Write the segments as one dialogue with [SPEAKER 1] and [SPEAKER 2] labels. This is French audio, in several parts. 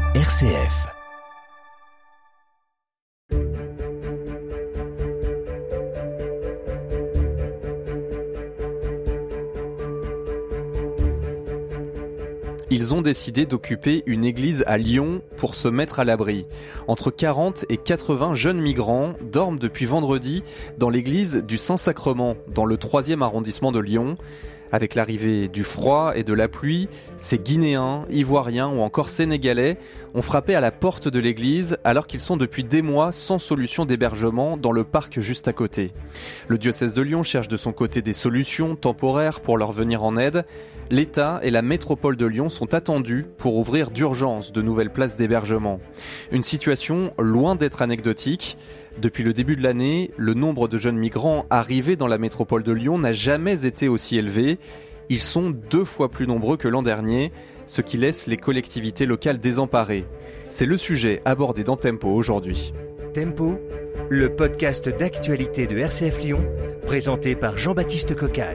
[SPEAKER 1] RCF.
[SPEAKER 2] Ils ont décidé d'occuper une église à Lyon pour se mettre à l'abri. Entre 40 et 80 jeunes migrants dorment depuis vendredi dans l'église du Saint-Sacrement, dans le 3e arrondissement de Lyon. Avec l'arrivée du froid et de la pluie, ces Guinéens, Ivoiriens ou encore Sénégalais ont frappé à la porte de l'église alors qu'ils sont depuis des mois sans solution d'hébergement dans le parc juste à côté. Le diocèse de Lyon cherche de son côté des solutions temporaires pour leur venir en aide. L'État et la métropole de Lyon sont attendus pour ouvrir d'urgence de nouvelles places d'hébergement. Une situation loin d'être anecdotique. Depuis le début de l'année, le nombre de jeunes migrants arrivés dans la métropole de Lyon n'a jamais été aussi élevé. Ils sont 2 fois plus nombreux que l'an dernier, ce qui laisse les collectivités locales désemparées. C'est le sujet abordé dans Tempo aujourd'hui.
[SPEAKER 1] Tempo, le podcast d'actualité de RCF Lyon, présenté par Jean-Baptiste Cocagne.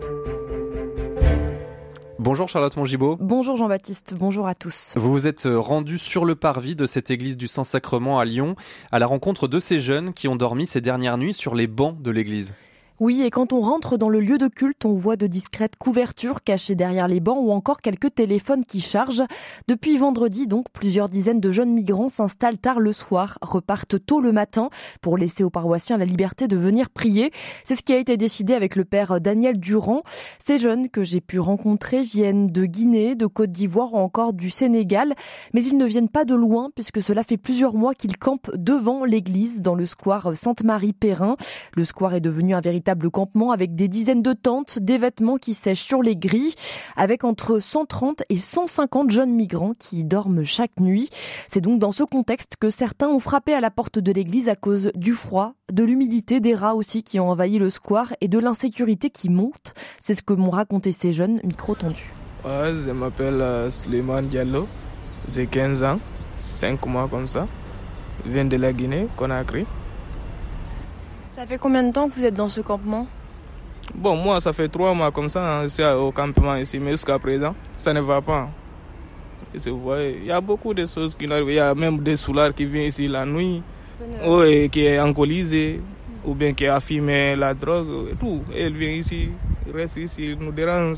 [SPEAKER 2] Bonjour Charlotte Mongibaud.
[SPEAKER 3] Bonjour Jean-Baptiste, bonjour à tous.
[SPEAKER 2] Vous vous êtes rendu sur le parvis de cette église du Saint-Sacrement à Lyon, à la rencontre de ces jeunes qui ont dormi ces dernières nuits sur les bancs de l'église.
[SPEAKER 3] Oui, et quand on rentre dans le lieu de culte, on voit de discrètes couvertures cachées derrière les bancs ou encore quelques téléphones qui chargent. Depuis vendredi, donc, plusieurs dizaines de jeunes migrants s'installent tard le soir, repartent tôt le matin pour laisser aux paroissiens la liberté de venir prier. C'est ce qui a été décidé avec le père Daniel Durand. Ces jeunes que j'ai pu rencontrer viennent de Guinée, de Côte d'Ivoire ou encore du Sénégal, mais ils ne viennent pas de loin puisque cela fait plusieurs mois qu'ils campent devant l'église dans le square Sainte-Marie-Perrin. Le square est devenu un véritable campement avec des dizaines de tentes, des vêtements qui sèchent sur les grilles, avec entre 130 et 150 jeunes migrants qui y dorment chaque nuit. C'est donc dans ce contexte que certains ont frappé à la porte de l'église à cause du froid, de l'humidité, des rats aussi qui ont envahi le square et de l'insécurité qui monte. C'est ce que m'ont raconté ces jeunes, micro tendu.
[SPEAKER 4] Ouais, je m'appelle Souleymane Diallo, j'ai 15 ans, 5 mois comme ça. Je viens de la Guinée, Conakry.
[SPEAKER 3] Ça fait combien de temps que vous êtes dans ce campement ?
[SPEAKER 4] Bon, moi, ça fait 3 mois comme ça, je suis au campement ici, mais jusqu'à présent, ça ne va pas. Et vous voyez, il y a beaucoup de choses qui n'arrivent. Il y a même des soulards qui viennent ici la nuit, oui, qui est alcoolisé, ou bien qui a fumé la drogue, et tout. Et ils viennent ici, ils restent ici, ils nous dérangent.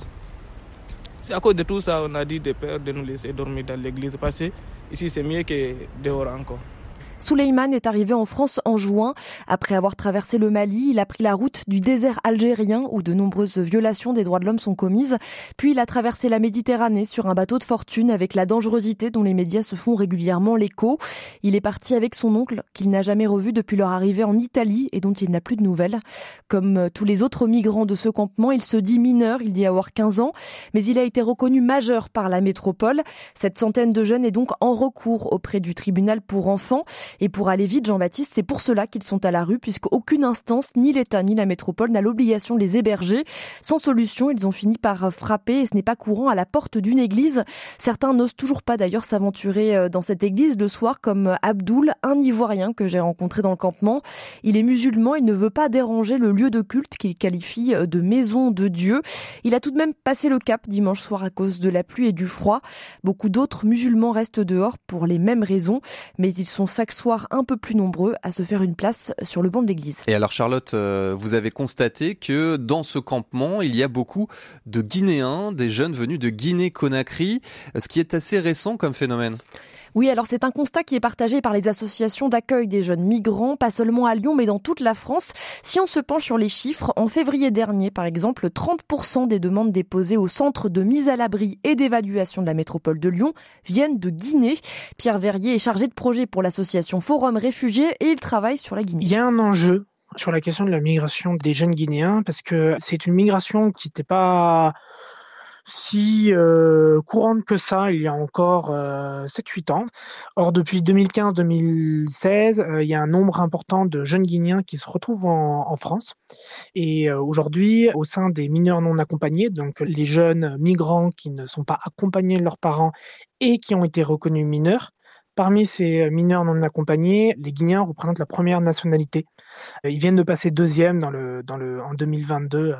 [SPEAKER 4] C'est à cause de tout ça, on a dit de peur de nous laisser dormir dans l'église, parce que ici, c'est mieux que dehors encore.
[SPEAKER 3] Souleymane est arrivé en France en juin. Après avoir traversé le Mali, il a pris la route du désert algérien où de nombreuses violations des droits de l'homme sont commises. Puis il a traversé la Méditerranée sur un bateau de fortune avec la dangerosité dont les médias se font régulièrement l'écho. Il est parti avec son oncle qu'il n'a jamais revu depuis leur arrivée en Italie et dont il n'a plus de nouvelles. Comme tous les autres migrants de ce campement, il se dit mineur, il dit avoir 15 ans, mais il a été reconnu majeur par la métropole. Cette centaine de jeunes est donc en recours auprès du tribunal pour enfants. Et pour aller vite, Jean-Baptiste, c'est pour cela qu'ils sont à la rue, puisqu'aucune instance, ni l'État ni la métropole, n'a l'obligation de les héberger. Sans solution, ils ont fini par frapper, et ce n'est pas courant, à la porte d'une église. Certains n'osent toujours pas d'ailleurs s'aventurer dans cette église le soir, comme Abdoul, un Ivoirien que j'ai rencontré dans le campement. Il est musulman, il ne veut pas déranger le lieu de culte qu'il qualifie de maison de Dieu. Il a tout de même passé le cap dimanche soir à cause de la pluie et du froid. Beaucoup d'autres musulmans restent dehors pour les mêmes raisons, mais ils sont chaque soir un peu plus nombreux à se faire une place sur le banc de l'église.
[SPEAKER 2] Et alors Charlotte, vous avez constaté que dans ce campement, il y a beaucoup de Guinéens, des jeunes venus de Guinée-Conakry, ce qui est assez récent comme phénomène.
[SPEAKER 3] Oui, alors c'est un constat qui est partagé par les associations d'accueil des jeunes migrants, pas seulement à Lyon, mais dans toute la France. Si on se penche sur les chiffres, en février dernier, par exemple, 30% des demandes déposées au centre de mise à l'abri et d'évaluation de la métropole de Lyon viennent de Guinée. Pierre Verrier est chargé de projet pour l'association Forum Réfugiés et il travaille sur la Guinée.
[SPEAKER 5] Il y a un enjeu sur la question de la migration des jeunes Guinéens parce que c'est une migration qui n'était pas si courante que ça il y a encore 7-8 ans. Or, depuis 2015-2016, il y a un nombre important de jeunes Guinéens qui se retrouvent en France. Et aujourd'hui, au sein des mineurs non accompagnés, donc les jeunes migrants qui ne sont pas accompagnés de leurs parents et qui ont été reconnus mineurs, parmi ces mineurs non accompagnés, les Guinéens représentent la première nationalité. Ils viennent de passer deuxième en 2022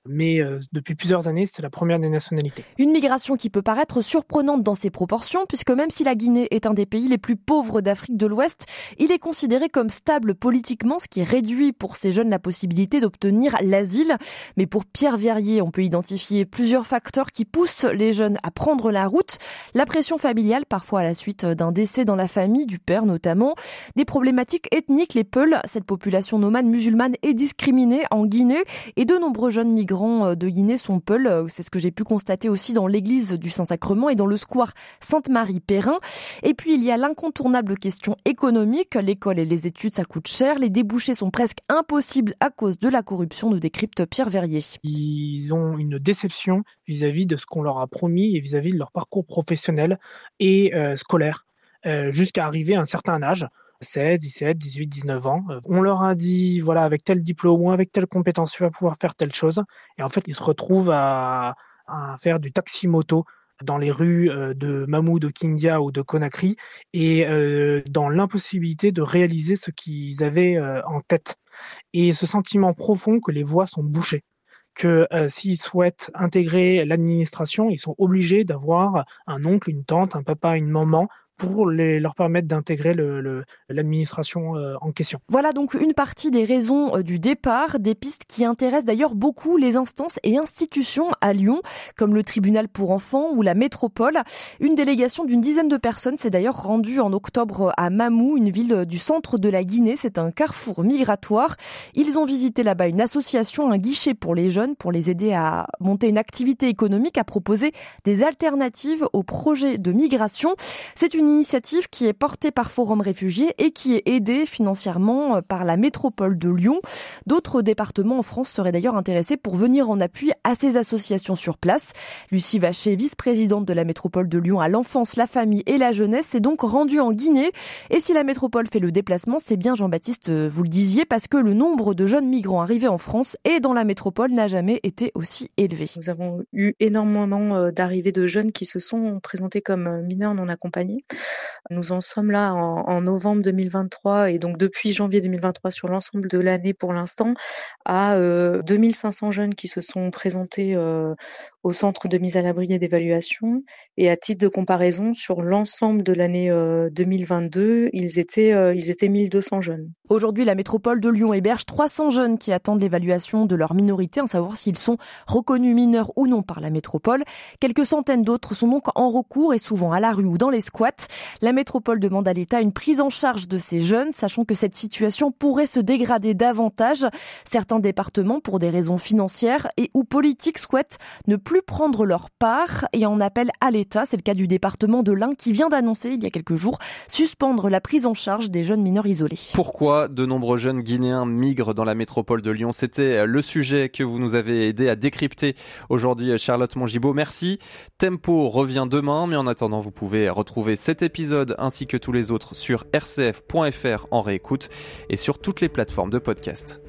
[SPEAKER 5] Mais depuis plusieurs années, c'est la première des nationalités.
[SPEAKER 3] Une migration qui peut paraître surprenante dans ses proportions, puisque même si la Guinée est un des pays les plus pauvres d'Afrique de l'Ouest, il est considéré comme stable politiquement, ce qui réduit pour ces jeunes la possibilité d'obtenir l'asile. Mais pour Pierre Verrier, on peut identifier plusieurs facteurs qui poussent les jeunes à prendre la route. La pression familiale, parfois à la suite d'un décès dans la famille, du père notamment. Des problématiques ethniques, les Peuls, cette population nomade musulmane est discriminée en Guinée. Et de nombreux jeunes migrants de Guinée sont Peuls. C'est ce que j'ai pu constater aussi dans l'église du Saint-Sacrement et dans le square Sainte-Marie-Perrin. Et puis il y a l'incontournable question économique. L'école et les études, ça coûte cher. Les débouchés sont presque impossibles à cause de la corruption, nous décrypte Pierre Verrier.
[SPEAKER 5] Ils ont une déception vis-à-vis de ce qu'on leur a promis et vis-à-vis de leur parcours professionnel et scolaire, jusqu'à arriver à un certain âge. 16, 17, 18, 19 ans. On leur a dit, voilà, avec tel diplôme ou avec telle compétence, tu vas pouvoir faire telle chose. Et en fait, ils se retrouvent à faire du taxi-moto dans les rues de Mamou, de Kindia ou de Conakry et dans l'impossibilité de réaliser ce qu'ils avaient en tête. Et ce sentiment profond que les voies sont bouchées. Que s'ils souhaitent intégrer l'administration, ils sont obligés d'avoir un oncle, une tante, un papa, une maman pour leur permettre d'intégrer l'administration en question.
[SPEAKER 3] Voilà donc une partie des raisons du départ, des pistes qui intéressent d'ailleurs beaucoup les instances et institutions à Lyon, comme le tribunal pour enfants ou la métropole. Une délégation d'une dizaine de personnes s'est d'ailleurs rendue en octobre à Mamou, une ville du centre de la Guinée. C'est un carrefour migratoire. Ils ont visité là-bas une association, un guichet pour les jeunes, pour les aider à monter une activité économique, à proposer des alternatives aux projets de migration. C'est une initiative qui est portée par Forum Réfugiés et qui est aidée financièrement par la métropole de Lyon. D'autres départements en France seraient d'ailleurs intéressés pour venir en appui à ces associations sur place. Lucie Vacher, vice-présidente de la métropole de Lyon à l'enfance, la famille et la jeunesse, s'est donc rendue en Guinée. Et si la métropole fait le déplacement, c'est bien, Jean-Baptiste, vous le disiez, parce que le nombre de jeunes migrants arrivés en France et dans la métropole n'a jamais été aussi élevé.
[SPEAKER 6] Nous avons eu énormément d'arrivées de jeunes qui se sont présentés comme mineurs non accompagnés. Nous en sommes là en novembre 2023 et donc depuis janvier 2023 sur l'ensemble de l'année pour l'instant à 2500 jeunes qui se sont présentés au centre de mise à l'abri et d'évaluation. Et à titre de comparaison, sur l'ensemble de l'année 2022, ils étaient 1200 jeunes.
[SPEAKER 3] Aujourd'hui, la métropole de Lyon héberge 300 jeunes qui attendent l'évaluation de leur minorité, à savoir s'ils sont reconnus mineurs ou non par la métropole. Quelques centaines d'autres sont donc en recours et souvent à la rue ou dans les squats. La métropole demande à l'État une prise en charge de ces jeunes, sachant que cette situation pourrait se dégrader davantage. Certains départements, pour des raisons financières et ou politiques, souhaitent ne plus prendre leur part et en appellent à l'État. C'est le cas du département de l'Ain qui vient d'annoncer il y a quelques jours suspendre la prise en charge des jeunes mineurs isolés.
[SPEAKER 2] Pourquoi de nombreux jeunes guinéens migrent dans la métropole de Lyon? C'était le sujet que vous nous avez aidé à décrypter aujourd'hui, Charlotte Mongibaud. Merci. Tempo revient demain, mais en attendant, vous pouvez retrouver cet épisode ainsi que tous les autres sur rcf.fr en réécoute et sur toutes les plateformes de podcast.